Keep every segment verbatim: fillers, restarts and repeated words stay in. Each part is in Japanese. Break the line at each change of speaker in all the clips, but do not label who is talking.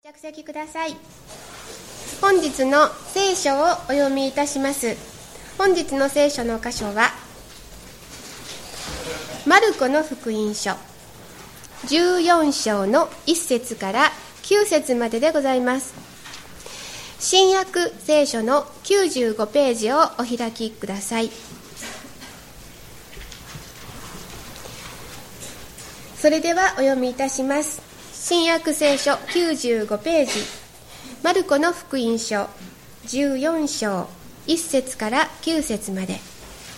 着席ください。本日の聖書をお読みいたします。本日の聖書の箇所はマルコの福音書じゅうよん章のいっ節からきゅう節まででございます。新約聖書のきゅうじゅうごページをお開きください。それではお読みいたします。新約聖書きゅうじゅうごページ、マルコの福音書じゅうよん章いっ節からきゅう節まで。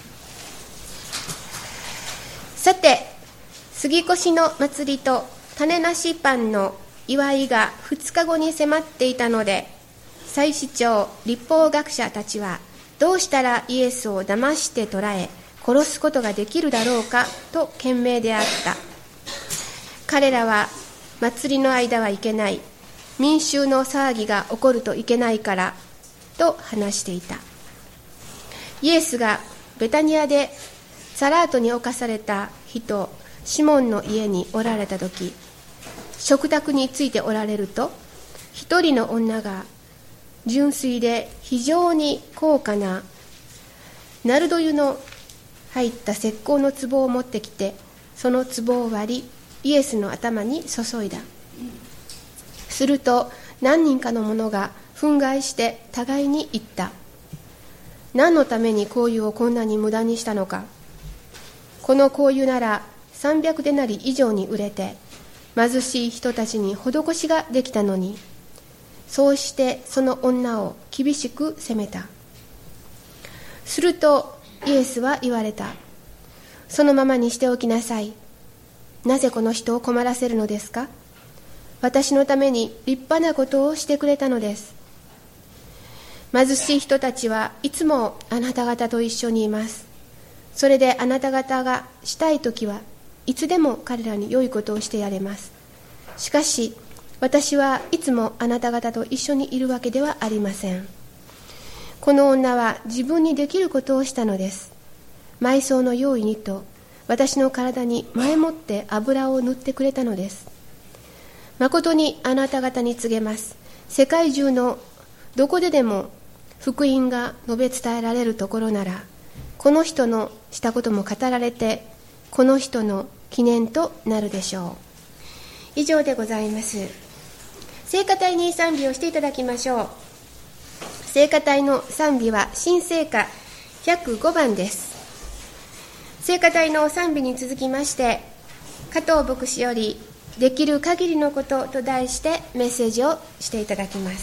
さて、杉越の祭りと種なしパンの祝いがふつかごに迫っていたので、祭司長、律法学者たちはどうしたらイエスを騙して捕らえ殺すことができるだろうかと懸命であった。彼らは祭りの間はいけない、民衆の騒ぎが起こるといけないからと話していた。イエスがベタニアでサラートに侵された人シモンの家におられた時、食卓についておられると、一人の女が純粋で非常に高価なナルド油の入った石膏の壺を持ってきて、その壺を割りイエスの頭に注いだ。すると何人かの者が憤慨して互いに言った。何のために香油をこんなに無駄にしたのか。この香油ならさんびゃくデナリ以上に売れて、貧しい人たちに施しができたのに。そうしてその女を厳しく責めた。するとイエスは言われた。そのままにしておきなさい。なぜこの人を困らせるのですか。私のために立派なことをしてくれたのです。貧しい人たちはいつもあなた方と一緒にいます。それであなた方がしたいときはいつでも彼らに良いことをしてやれます。しかし私はいつもあなた方と一緒にいるわけではありません。この女は自分にできることをしたのです。埋葬の用意にと私の体に前もって油を塗ってくれたのです。誠にあなた方に告げます。世界中のどこででも福音が述べ伝えられるところなら、この人のしたことも語られて、この人の記念となるでしょう。以上でございます。聖歌隊に賛美をしていただきましょう。聖歌隊の賛美は新聖歌ひゃくごばんです。聖歌隊の賛美に続きまして、加藤牧師よりできる限りのことと題してメッセージをしていただきます。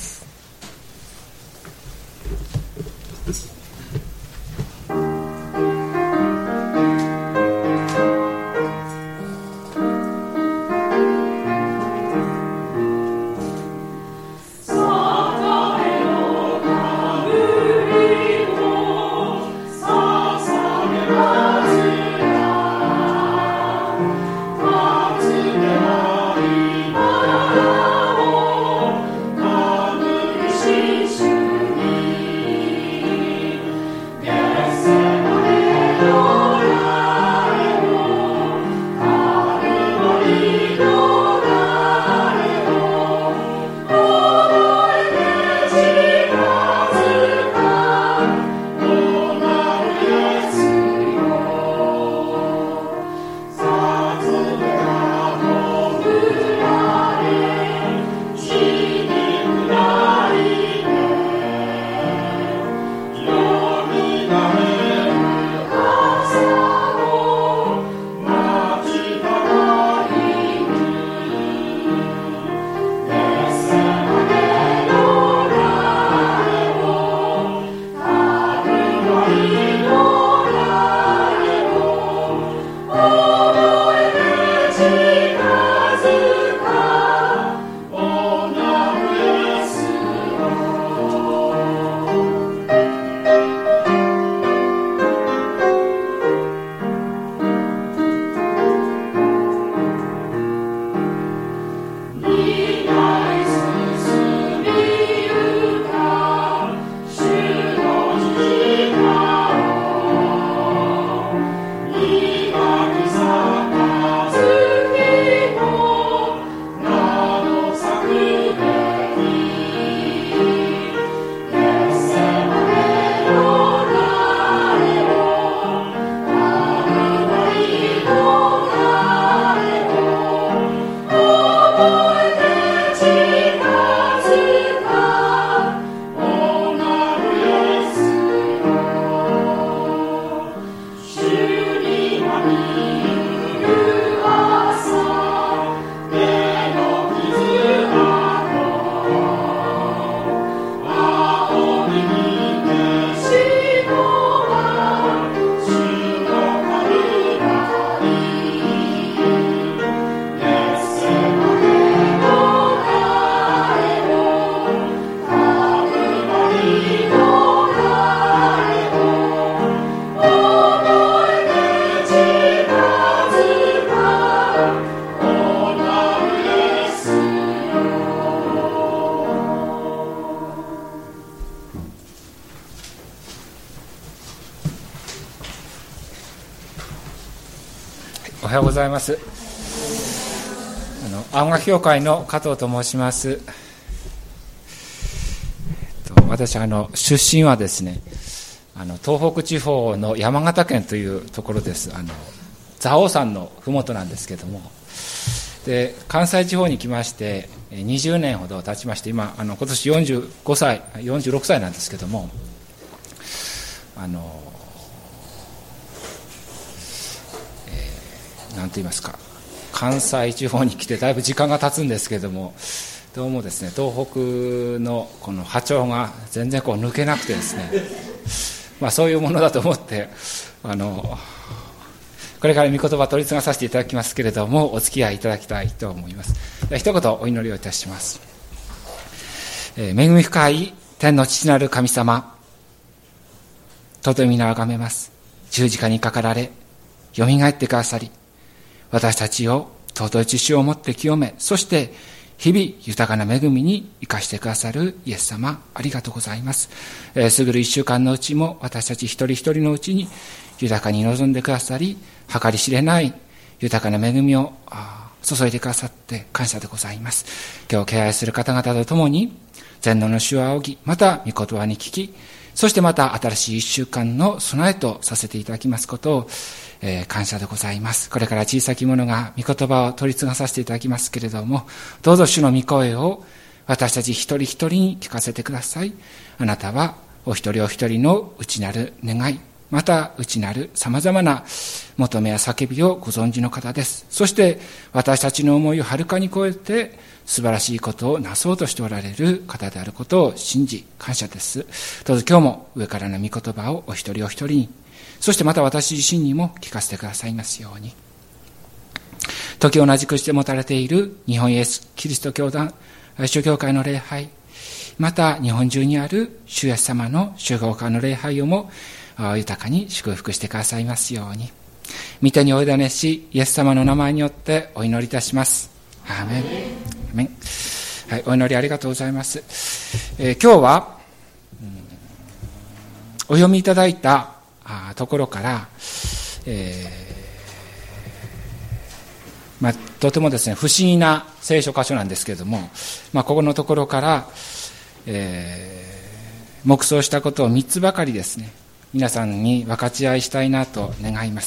おはようございます。あの青学協会の加藤と申します。えっと、私あの出身はですね、あの東北地方の山形県というところです。あの蔵王山のふもとなんですけども、で関西地方に来ましてにじゅうねんほど経ちまして、今あの今年よんじゅうごさいよんじゅうろくさいなんですけども、あのなんと言いますか、関西地方に来てだいぶ時間が経つんですけれども、どうもですね、東北のこの波長が全然こう抜けなくてですね、まあそういうものだと思ってあのこれから御言葉を取り継がさせていただきますけれども、お付き合いいただきたいと思います。では一言お祈りをいたします。えー、恵み深い天の父なる神様、尊い皆をあがめます。十字架にかかられよみがえってくださり、私たちを尊い血潮をもって清め、そして日々豊かな恵みに生かしてくださるイエス様、ありがとうございます。えー、過ぐる一週間のうちも私たち一人一人のうちに豊かに望んでくださり、計り知れない豊かな恵みを注いでくださって感謝でございます。今日敬愛する方々と共に全能の主を仰ぎ、また御言葉に聞き、そしてまた新しい一週間の備えとさせていただきますことをえー、感謝でございます。これから小さき者が御言葉を取り継がさせていただきますけれども、どうぞ主の御声を私たち一人一人に聞かせてください。あなたはお一人お一人の内なる願い、また内なる様々な求めや叫びをご存知の方です。そして私たちの思いをはるかに超えて素晴らしいことをなそうとしておられる方であることを信じ感謝です。どうぞ今日も上からの御言葉をお一人お一人に、そしてまた私自身にも聞かせてくださいますように。時を同じくして持たれている日本イエスキリスト教団主教会の礼拝、また日本中にある主イエス様の主教会の礼拝をも豊かに祝福してくださいますように。御手にお委ねし、イエス様の名前によってお祈りいたします。アーメン。アーメン。はい、お祈りありがとうございます。えー、今日は、うん、お読みいただいたところから、えーまあ、とてもですね不思議な聖書箇所なんですけれども、まあ、ここのところから、えー、黙想したことをみっつばかりですね、皆さんに分かち合いしたいなと願います。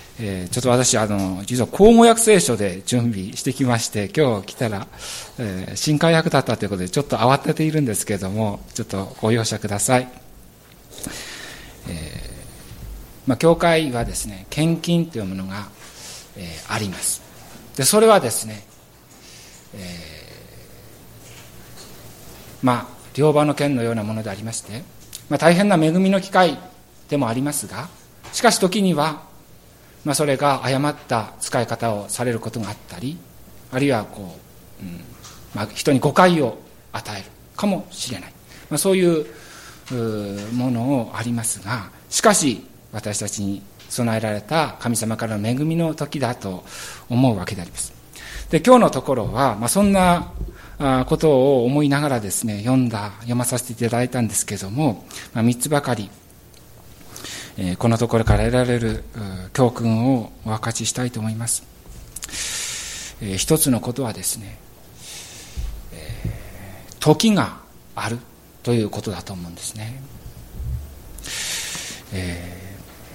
えー、ちょっと私あの実は口語訳聖書で準備してきまして、今日来たら、えー、新海訳だったということでちょっと慌てているんですけれども、ちょっとご容赦ください。えーまあ、教会はですね、献金というものが、えー、あります。でそれはですね、えー、まあ両刃の剣のようなものでありまして、まあ、大変な恵みの機会でもありますが、しかし時には、まあ、それが誤った使い方をされることがあったり、あるいはこう、うんまあ、人に誤解を与えるかもしれない、まあ、そういうものをありますが、しかし私たちに備えられた神様からの恵みの時だと思うわけであります。で今日のところは、まあ、そんなことを思いながらですね読んだ読まさせていただいたんですけれども、まあ、みっつばかり、えー、このところから得られる教訓をお分かちしたいと思います。えー、一つのことはですね、えー、時があるということだと思うんですね。えー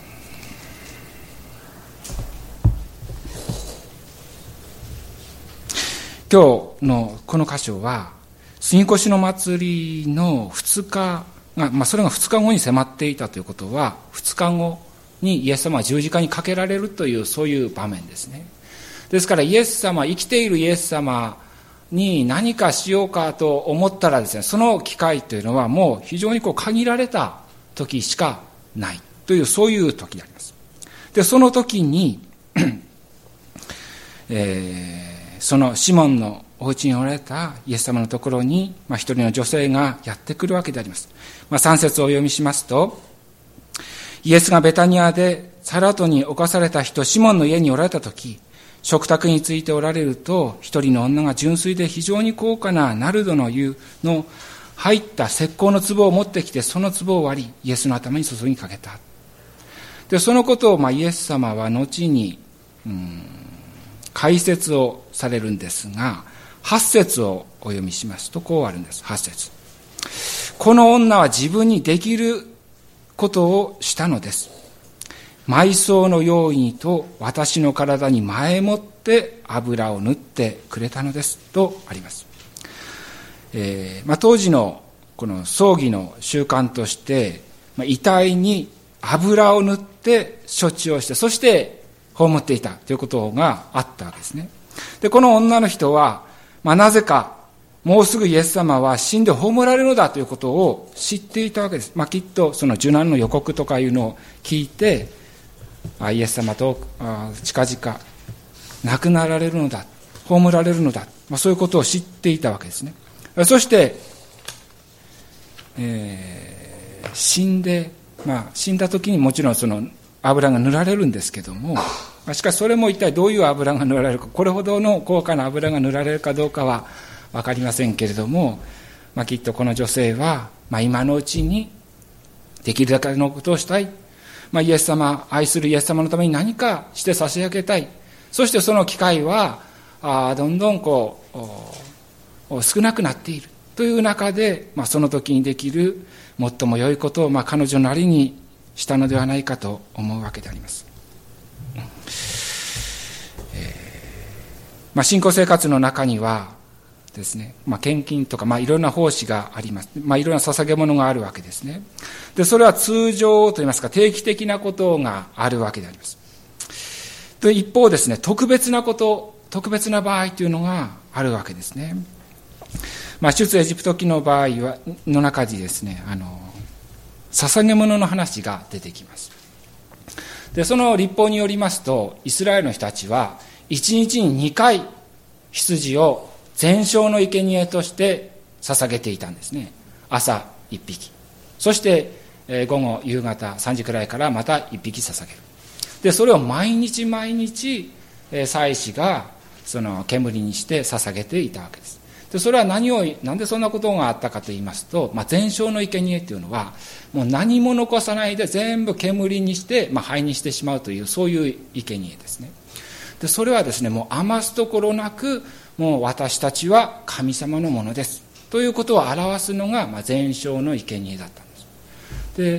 今日のこの箇所は杉越の祭りのふつかが、まあ、それがふつかごに迫っていたということは、ふつかごにイエス様は十字架にかけられるという、そういう場面ですね。ですからイエス様、生きているイエス様に何かしようかと思ったらですね、その機会というのはもう非常にこう限られた時しかないという、そういう時であります。でその時に、えーそのシモンのお家におられたイエス様のところに、まあ、一人の女性がやってくるわけであります。まあ、さん節をお読みしますと、イエスがベタニアでサラトに侵された人シモンの家におられたとき、食卓についておられると、一人の女が純粋で非常に高価なナルドの油の入った石膏の壺を持ってきて、その壺を割りイエスの頭に注ぎかけた。でそのことをまあイエス様は後にうん解説をされるんですが、はち節をお読みしますとこうあるんです。はち節。この女は自分にできることをしたのです。埋葬の用意と私の体に前もって油を塗ってくれたのですとあります。えーまあ、当時のこの葬儀の習慣として、まあ、遺体に油を塗って処置をして、そして葬っていたということがあったわけですね。で、この女の人は、まあ、なぜかもうすぐイエス様は死んで葬られるのだということを知っていたわけです。まあ、きっとその受難の予告とかいうのを聞いて、あイエス様とあ近々亡くなられるのだ、葬られるのだ、まあ、そういうことを知っていたわけですね。そして、えー、死んで、まあ、死んだ時にもちろんその油が塗られるんですけども、しかしそれも一体どういう油が塗られるか、これほどの高価な油が塗られるかどうかは分かりませんけれども、まあ、きっとこの女性は、まあ、今のうちにできるだけのことをしたい、まあ、イエス様、愛するイエス様のために何かして差し上げたい、そしてその機会はあどんどんこう少なくなっているという中で、まあ、その時にできる最も良いことを、まあ、彼女なりにしたのではないかと思うわけであります。えーまあ、信仰生活の中にはですね、まあ、献金とか、まあ、いろんな奉仕があります。まあ、いろんな捧げ物があるわけですね。で、それは通常といいますか、定期的なことがあるわけであります。で、一方ですね、特別なこと、特別な場合というのがあるわけですね。まあ、出エジプト記の場合は、の中にですね、あの、捧げ物の話が出てきます。で、その律法によりますと、イスラエルの人たちは、いちにちににかい羊を全焼の生贄として捧げていたんですね。朝いっぴき。そして、えー、午後、夕方さんじくらいからまたいっぴき捧げる。で、それを毎日毎日、えー、祭司がその煙にして捧げていたわけです。で、それは何を、なんでそんなことがあったかと言いますと、まあ、全焼の生贄というのは、もう何も残さないで全部煙にして、まあ、灰にしてしまうという、そういう生贄ですね。で、それはですね、もう余すところなく、もう私たちは神様のものですということを表すのが、まあ、全焼の生贄だったんです。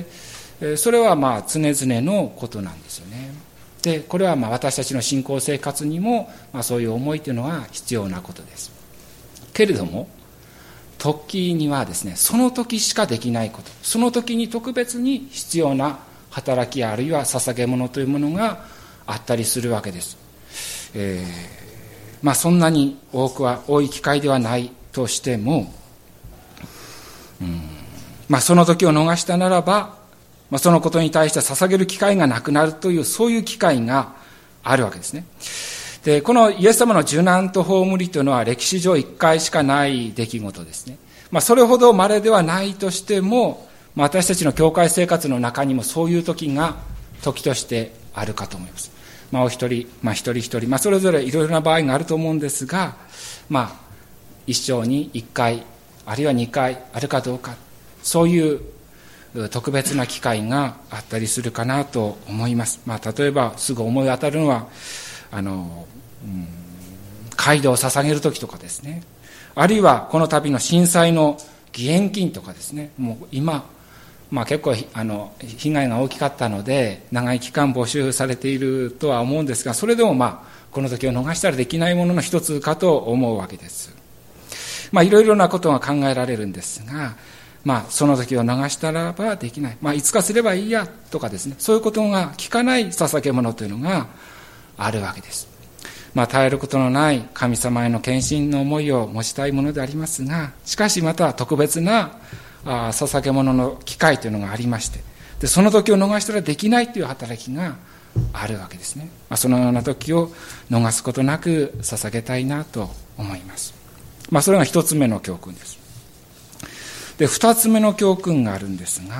で、それはまあ常々のことなんですよね。で、これはまあ私たちの信仰生活にも、まあ、そういう思いというのは必要なことです。けれども、時にはですね、その時しかできないこと、その時に特別に必要な働きあるいは捧げ物というものがあったりするわけです。えーまあ、そんなに多くは多い機会ではないとしても、うんまあ、その時を逃したならば、まあ、そのことに対して捧げる機会がなくなるという、そういう機会があるわけですね。で、このイエス様の受難と葬りというのは歴史上一回しかない出来事ですね。まあ、それほど稀ではないとしても、まあ、私たちの教会生活の中にもそういう時が時としてあるかと思います。まあ、お一人、まあ、一人一人、まあ、それぞれいろいろな場合があると思うんですが、まあ、一生に一回、あるいは二回あるかどうか、そういう特別な機会があったりするかなと思います。まあ、例えば、すぐ思い当たるのは、あの、うん、街道を捧げる時とかですね。あるいは、この度の震災の義援金とかですね。もう今、まあ、結構あの被害が大きかったので長い期間募集されているとは思うんですが、それでもまあこの時を逃したらできないものの一つかと思うわけです。まあいろいろなことが考えられるんですが、まあその時を逃したらばできない、まあいつかすればいいやとかですね、そういうことが聞かない捧げ物というのがあるわけです。まあ絶えることのない神様への献身の思いを持ちたいものでありますが、しかしまた特別なあ捧げ物の機会というのがありまして、でその時を逃したらできないという働きがあるわけですね。まあ、そのような時を逃すことなく捧げたいなと思います。まあ、それが一つ目の教訓です。で二つ目の教訓があるんですが、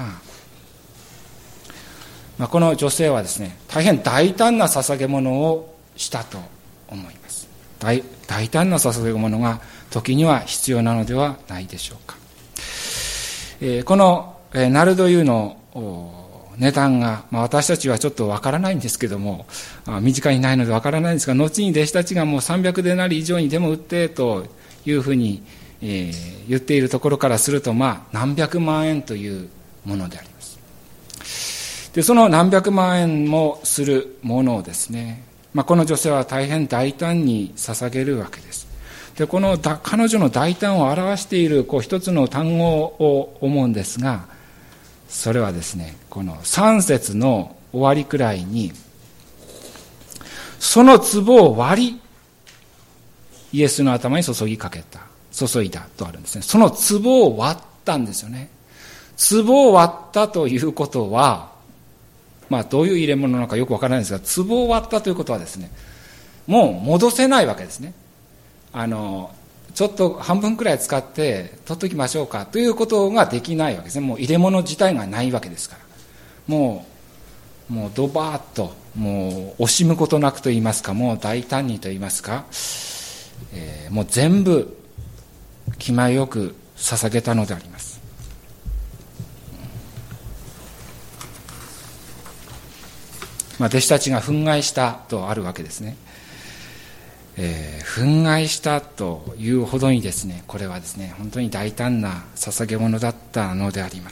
まあ、この女性はですね、大変大胆な捧げ物をしたと思います。 大, 大胆な捧げ物が時には必要なのではないでしょうか。このナルド油の値段が、まあ、私たちはちょっとわからないんですけども、身近にないのでわからないんですが、後に弟子たちがもうさんびゃくデナリ以上にでも売ってというふうに、えー、言っているところからすると、まあ何百万円というものであります。でその何百万円もするものをですね、まあ、この女性は大変大胆に捧げるわけです。でこのだ彼女の大胆を表しているこう一つの単語を思うんですが、それはですね、このさん節の終わりくらいに、その壺を割りイエスの頭に注ぎかけた、注いだとあるんですね。その壺を割ったんですよね。壺を割ったということは、まあどういう入れ物なのかよくわからないんですが、壺を割ったということはですね、もう戻せないわけですね。あのちょっと半分くらい使って取っときましょうかということができないわけですね。もう入れ物自体がないわけですから、もうもうドバーッともう惜しむことなくと言いますか、もう大胆にと言いますか、えー、もう全部気前よく捧げたのであります。まあ、弟子たちが憤慨したとあるわけですね。えー、憤慨したというほどにですね、これはですね、本当に大胆な捧げ物だったのであります。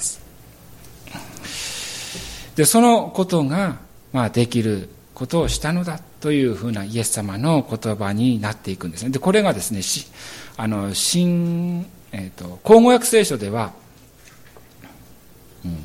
でそのことが、まあ、できることをしたのだというふうなイエス様の言葉になっていくんですね。でこれがですね、しあの新、えーと、口語訳聖書では、うん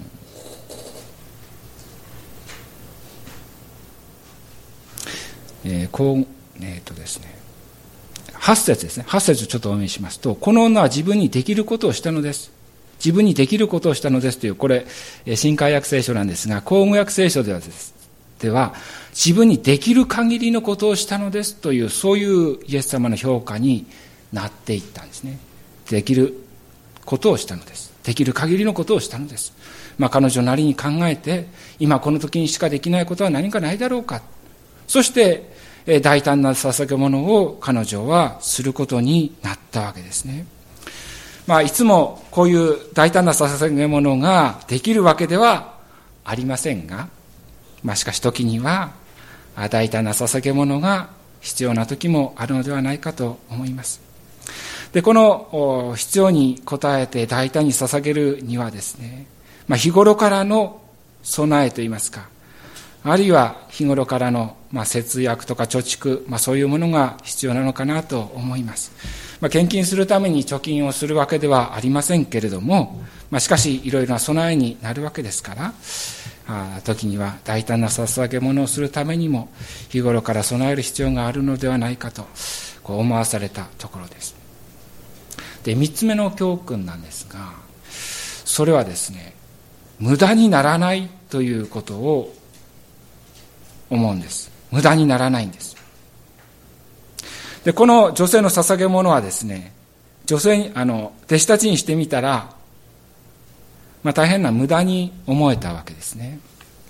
えー、こうえーとですね、はち節ですね。はち節をちょっとお読みしますと、この女は自分にできることをしたのです。自分にできることをしたのですという、これ、新海訳聖書なんですが、口語訳聖書ではです。では、自分にできる限りのことをしたのですという、そういうイエス様の評価になっていったんですね。できることをしたのです。できる限りのことをしたのです。まあ、彼女なりに考えて、今この時にしかできないことは何かないだろうか。そして、大胆な捧げ物を彼女はすることになったわけですね。まあ、いつもこういう大胆な捧げ物ができるわけではありませんが、まあ、しかし時には大胆な捧げ物が必要な時もあるのではないかと思います。でこの必要に応えて大胆に捧げるにはですね、まあ、日頃からの備えといいますか、あるいは日頃からの、まあ、節約とか貯蓄、まあ、そういうものが必要なのかなと思います。まあ、献金するために貯金をするわけではありませんけれども、まあ、しかしいろいろな備えになるわけですから、あ時には大胆な捧げ物をするためにも日頃から備える必要があるのではないかとこう思わされたところです。でみっつめの教訓なんですが、それはですね、無駄にならないということを思うんです。無駄にならないんです。でこの女性の捧げ物はですね、女性にあの弟子たちにしてみたら、まあ、大変な無駄に思えたわけですね。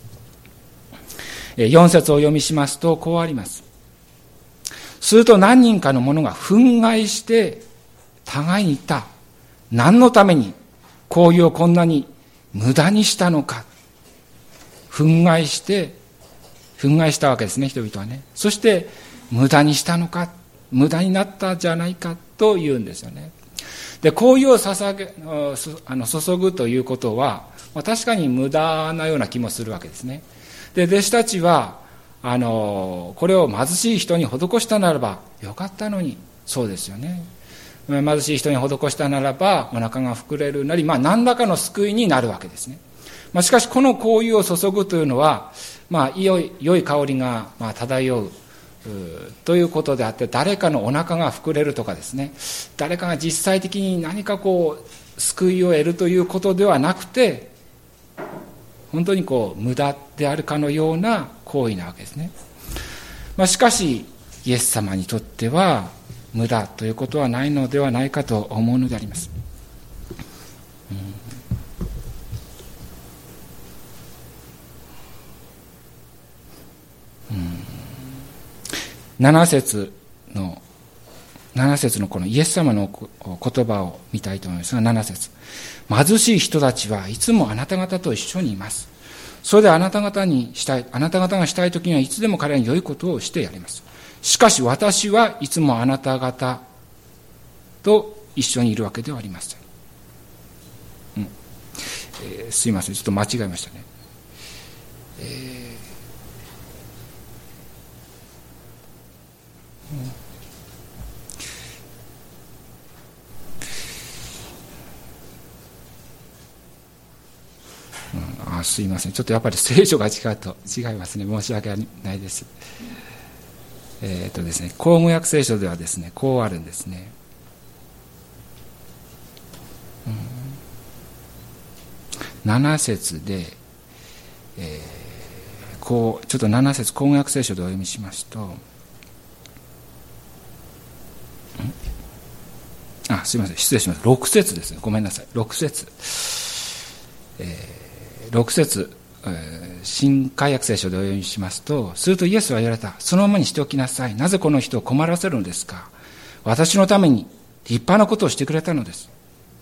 よん節をお読みしますとこうあります。すると何人かの者が憤慨して互いに言った。何のために香油をこんなに無駄にしたのか。憤慨して憤慨したわけですね、人々はね。そして無駄にしたのか、無駄になったじゃないかと言うんですよね。で香油を捧げあの注ぐということは、まあ、確かに無駄なような気もするわけですね。で弟子たちはあのこれを貧しい人に施したならばよかったのに、そうですよね。貧しい人に施したならばお腹が膨れるなり、まあ、何らかの救いになるわけですね。まあ、しかしこの香油を注ぐというのは、まあ、良い、良い香りがまあ漂うということであって、誰かのお腹が膨れるとかですね、誰かが実際的に何かこう救いを得るということではなくて、本当にこう無駄であるかのような行為なわけですね。まあ、しかしイエス様にとっては無駄ということはないのではないかと思うのであります。うんうん、なな節のなな節のこのイエス様の言葉を見たいと思いますが、なな節、貧しい人たちはいつもあなた方と一緒にいます。 それであなた方にしたい、あなた方がしたいときにはいつでも彼らに良いことをしてやります。しかし私はいつもあなた方と一緒にいるわけではありません。うんえー、すいません、ちょっと間違えましたね。えーうんうん、あすいません、ちょっとやっぱり聖書が違うと違いますね。申し訳ないです。えー、っとですね、口語訳聖書ではですね、こうあるんですね。うん、なな節で、えー、こうちょっとなな節口語訳聖書でお読みしますと、あすいません、失礼します。ろく節ですね、ごめんなさい。ろく節、えーろく節、えー、新海訳聖書でお読みしますと、するとイエスは言われた。そのままにしておきなさい。なぜこの人を困らせるのですか。私のために立派なことをしてくれたのです。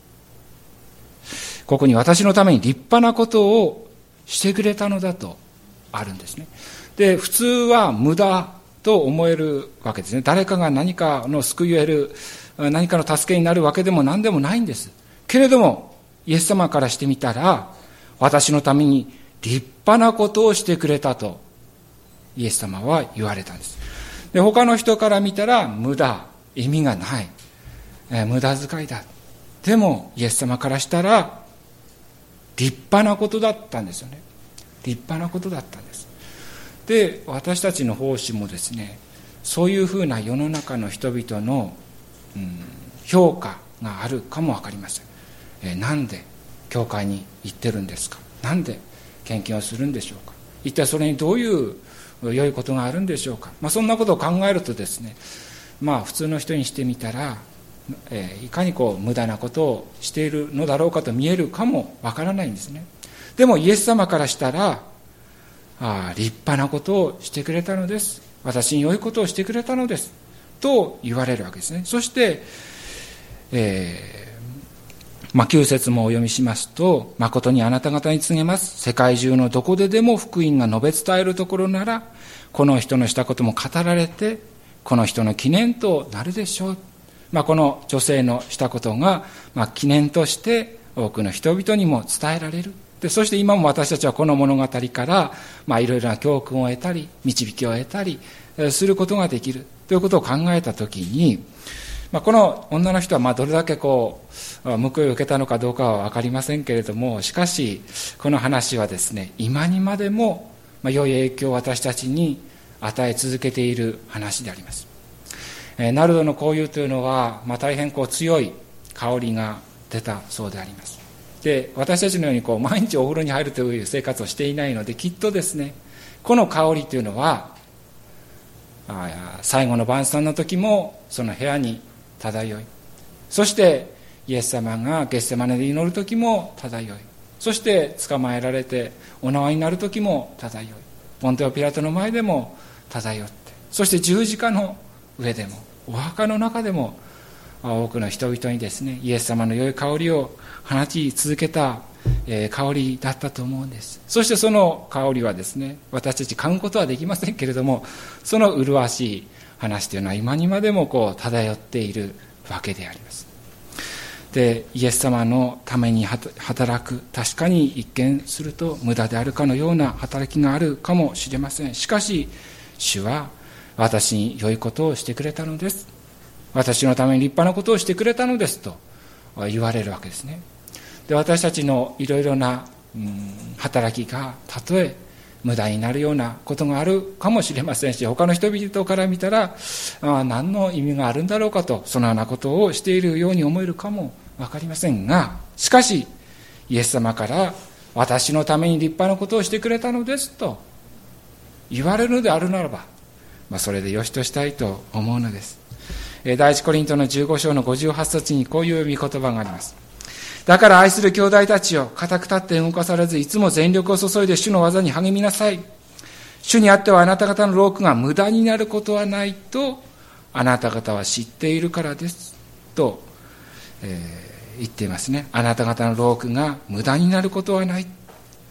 ここに私のために立派なことをしてくれたのだとあるんですね。で、普通は無駄と思えるわけですね。誰かが何かの救いを得る、何かの助けになるわけでも何でもないんです。けれどもイエス様からしてみたら、私のために立派なことをしてくれたとイエス様は言われたんです。で、他の人から見たら無駄、意味がない、えー、無駄遣いだ。でもイエス様からしたら立派なことだったんですよね。立派なことだったんです。で、私たちの奉仕もですね、そういうふうな世の中の人々の、うん、評価があるかもわかりません。えー、なんで教会に行ってるんですか。なんで献金をするんでしょうか。一体それにどういう良いことがあるんでしょうか。まあ、そんなことを考えるとですね、まあ普通の人にしてみたら、えー、いかにこう無駄なことをしているのだろうかと見えるかもわからないんですね。でもイエス様からしたら、あ立派なことをしてくれたのです、私に良いことをしてくれたのですと言われるわけですね。そして、えーまあ、きゅう節もお読みしますと、誠にあなた方に告げます。世界中のどこででも福音が述べ伝えるところなら、この人のしたことも語られて、この人の記念となるでしょう。まあ、この女性のしたことが、まあ、記念として多くの人々にも伝えられる。で、そして今も私たちはこの物語から、まあ、いろいろな教訓を得たり、導きを得たりすることができるということを考えたときに、まあ、この女の人はまあどれだけこう報いを受けたのかどうかは分かりませんけれども、しかしこの話はですね、今にまでもまあ良い影響を私たちに与え続けている話であります。えー、ナルドの香油というのは、まあ、大変こう強い香りが出たそうであります。で、私たちのようにこう毎日お風呂に入るという生活をしていないので、きっとですね、この香りというのはあ最後の晩餐の時もその部屋に漂い、そしてイエス様がゲッセマネで祈る時も漂い、そして捕まえられてお縄になる時も漂い、ポンテオピラトの前でも漂って、そして十字架の上でもお墓の中でも多くの人々にですね、イエス様の良い香りを放ち続けた香りだったと思うんです。そしてその香りはですね、私たち嗅ぐことはできませんけれども、その麗しい話というのは今にまでもこう漂っているわけであります。で、イエス様のために働く、確かに一見すると無駄であるかのような働きがあるかもしれません。しかし主は私に良いことをしてくれたのです、私のために立派なことをしてくれたのですと言われるわけですね。で、私たちのいろいろな、うん、働きがたとえ無駄になるようなことがあるかもしれませんし、他の人々から見たらあ何の意味があるんだろうかと、そのようなことをしているように思えるかも分かりませんが、しかしイエス様から私のために立派なことをしてくれたのですと言われるのであるならば、まあ、それでよしとしたいと思うのです。第一コリントのじゅうご章のごじゅうはち節にこういう御言葉があります。だから愛する兄弟たちよ、固く立って動かされず、いつも全力を注いで主の技に励みなさい。主にあってはあなた方の労苦が無駄になることはないとあなた方は知っているからですと、えー、言っていますね。あなた方の労苦が無駄になることはない。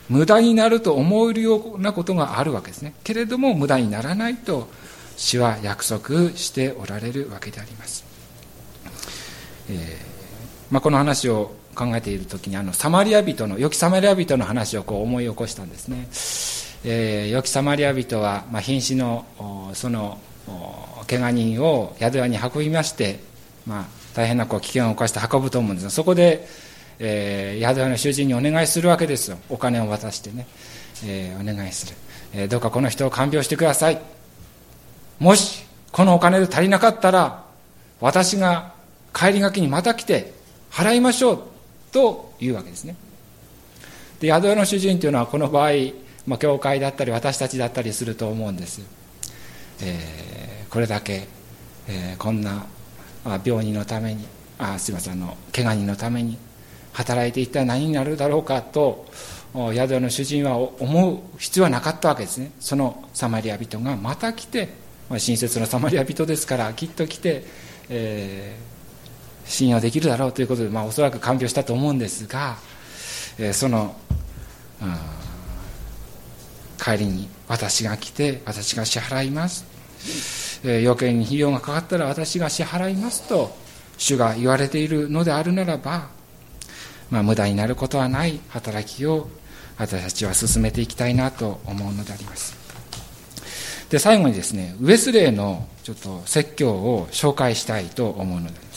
無駄になると思えるようなことがあるわけですね。けれども無駄にならないと主は約束しておられるわけであります。えーまあ、この話を考えているときにあのサマリア人の良きサマリア人の話をこう思い起こしたんですね。えー、良きサマリア人は、まあ、瀕死のその怪我人を宿屋に運びまして、まあ、大変なこう危険を冒して運ぶと思うんですが、そこで、えー、宿屋の主人にお願いするわけですよ。お金を渡してね、えー、お願いする、えー、どうかこの人を看病してください。もしこのお金で足りなかったら私が帰りがけにまた来て払いましょうというわけですね。で、宿屋の主人というのはこの場合、まあ、教会だったり私たちだったりすると思うんです。えー、これだけ、えー、こんな病人のためにあすいませんあの怪我人のために働いて一体何になるだろうかと宿屋の主人は思う必要はなかったわけですね。そのサマリア人がまた来て、まあ、親切なサマリア人ですからきっと来て、えー、信用できるだろうということで、まあ、おそらく看病したと思うんですが、えー、その、うん、帰りに私が来て私が支払います、えー、余計に費用がかかったら私が支払いますと主が言われているのであるならば、まあ、無駄になることはない働きを私たちは進めていきたいなと思うのであります。で、最後にですね、ウェスレーのちょっと説教を紹介したいと思うのであります。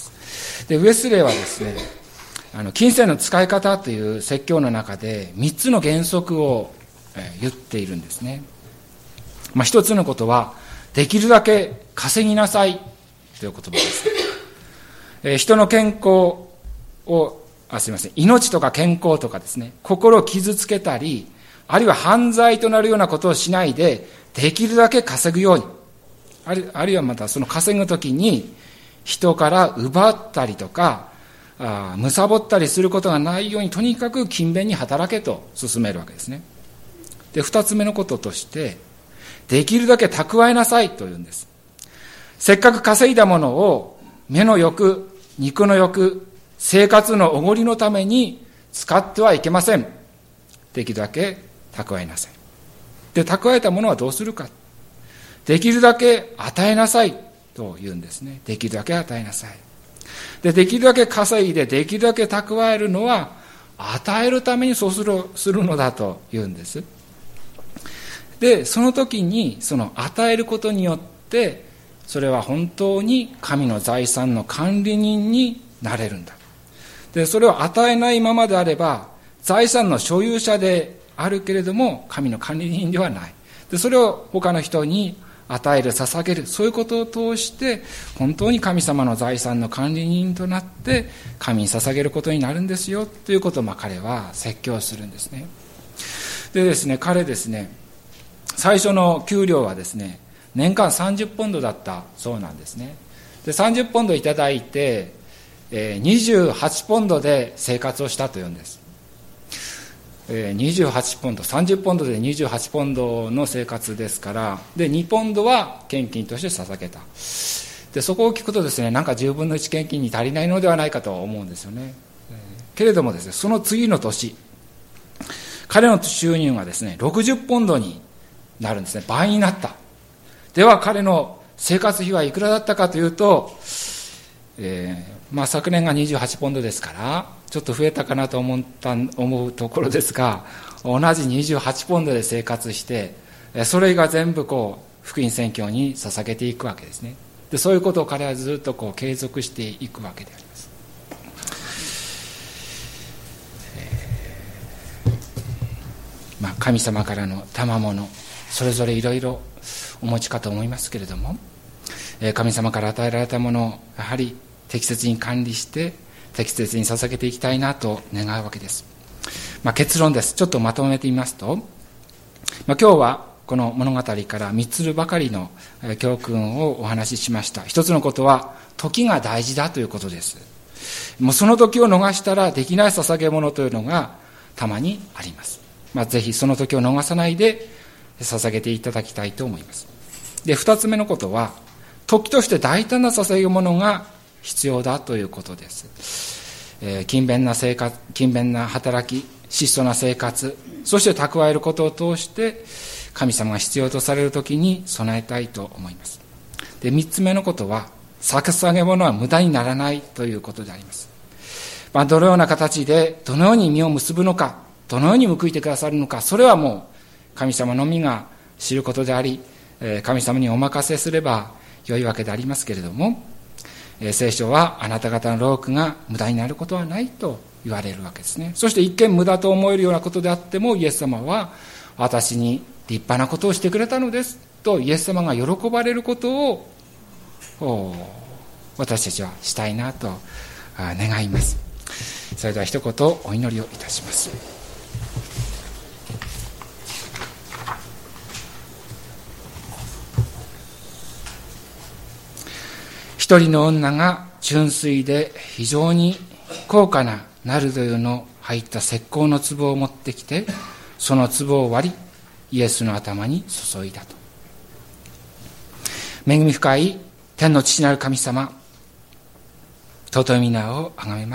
で、ウェスレーはですね、あの金銭の使い方という説教の中でみっつの原則を、えー、言っているんですね。まあ、一つのことはできるだけ稼ぎなさいという言葉です。えー、人の健康をあすみません命とか健康とかですね、心を傷つけたりあるいは犯罪となるようなことをしないでできるだけ稼ぐように、ある、あるいはまたその稼ぐときに人から奪ったりとかあ貪ったりすることがないようにとにかく勤勉に働けと勧めるわけですね。で、二つ目のこととしてできるだけ蓄えなさいというんです。せっかく稼いだものを目の欲、肉の欲、生活のおごりのために使ってはいけません。できるだけ蓄えなさい。で、蓄えたものはどうするか。できるだけ与えなさいと言うんですね。できるだけ与えなさい。で、できるだけ稼いでできるだけ蓄えるのは与えるためにそうする、するのだと言うんです。で、その時にその与えることによってそれは本当に神の財産の管理人になれるんだ。で、それを与えないままであれば財産の所有者であるけれども神の管理人ではない。で、それを他の人に与える、捧げる、そういうことを通して本当に神様の財産の管理人となって神に捧げることになるんですよということをまあ彼は説教するんですね。でですね、彼ですね、最初の給料はですね年間さんじゅうポンドだったそうなんですね。で、さんじゅうポンドいただいてにじゅうはちポンドで生活をしたというんです。にじゅうはちポンド、さんじゅうポンドでにじゅうはちポンドの生活ですから、でにポンドは献金として捧げた。で、そこを聞くとですね、なんかじゅうぶんのいち献金に足りないのではないかと思うんですよね。けれどもですね、その次の年彼の収入がですねろくじゅうポンドになるんですね。倍になった。では彼の生活費はいくらだったかというと、えーまあ、昨年がにじゅうはちポンドですからちょっと増えたかなと思った思うところですが、同じにじゅうはちポンドで生活してそれが全部こう福音宣教に捧げていくわけですね。で、そういうことを彼はずっとこう継続していくわけであります。えーまあ、神様からの賜物それぞれいろいろお持ちかと思いますけれども、神様から与えられたものをやはり適切に管理して適切に捧げていきたいなと願うわけです。まあ、結論です。ちょっとまとめてみますと、まあ、今日はこの物語からみっつばかりの教訓をお話ししました。一つのことは時が大事だということです。もうその時を逃したらできない捧げ物というのがたまにあります。まあ、ぜひその時を逃さないで捧げていただきたいと思います。で、二つ目のことは時として大胆な捧げ物が必要だということです。えー、勤勉な生活、勤勉な働き、 質素な生活、そして蓄えることを通して神様が必要とされるときに備えたいと思います。で、三つ目のことは、捧げ物は無駄にならないということであります。まあ、どのような形でどのように実を結ぶのか、どのように報いてくださるのか、それはもう神様のみが知ることであり、神様にお任せすれば良いわけでありますけれども、聖書はあなた方の労苦が無駄になることはないと言われるわけですね。そして一見無駄と思えるようなことであっても、イエス様は私に立派なことをしてくれたのですとイエス様が喜ばれることを私たちはしたいなと願います。それでは一言お祈りをいたします。一人の女が純粋で非常に高価なナルド油の入った石膏の壺を持ってきて、その壺を割りイエスの頭に注いだと。恵み深い天の父なる神様、尊い皆をあがめます。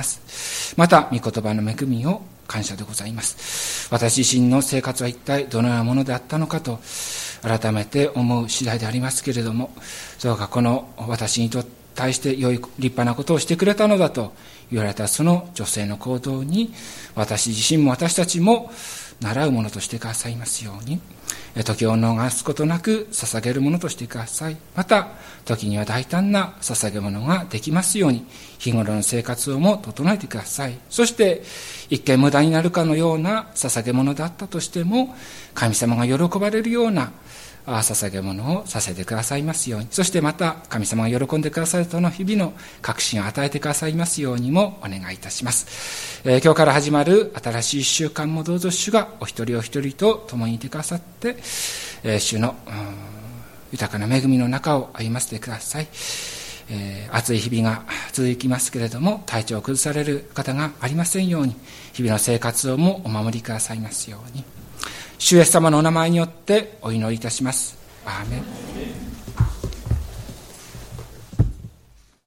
また御言葉の恵みを感謝でございます。私自身の生活は一体どのようなものであったのかと改めて思う次第でありますけれども、どうかこの私にとって対して良い立派なことをしてくれたのだと言われたその女性の行動に、私自身も私たちも習うものとしてくださいますように、時を逃すことなく捧げるものとしてください。また時には大胆な捧げ物ができますように、日頃の生活をも整えてください。そして一見無駄になるかのような捧げ物だったとしても、神様が喜ばれるような捧げ物をさせてくださいますように、そしてまた神様が喜んでくださるとの日々の確信を与えてくださいますようにもお願いいたします。えー、今日から始まる新しい一週間もどうぞ主がお一人お一人と共にいてくださって、えー、主の豊かな恵みの中を歩ませてください。えー、暑い日々が続きますけれども、体調を崩される方がありませんように、日々の生活をもお守りくださいますように、主イエス様のお名前によってお祈りいたします。アーメン。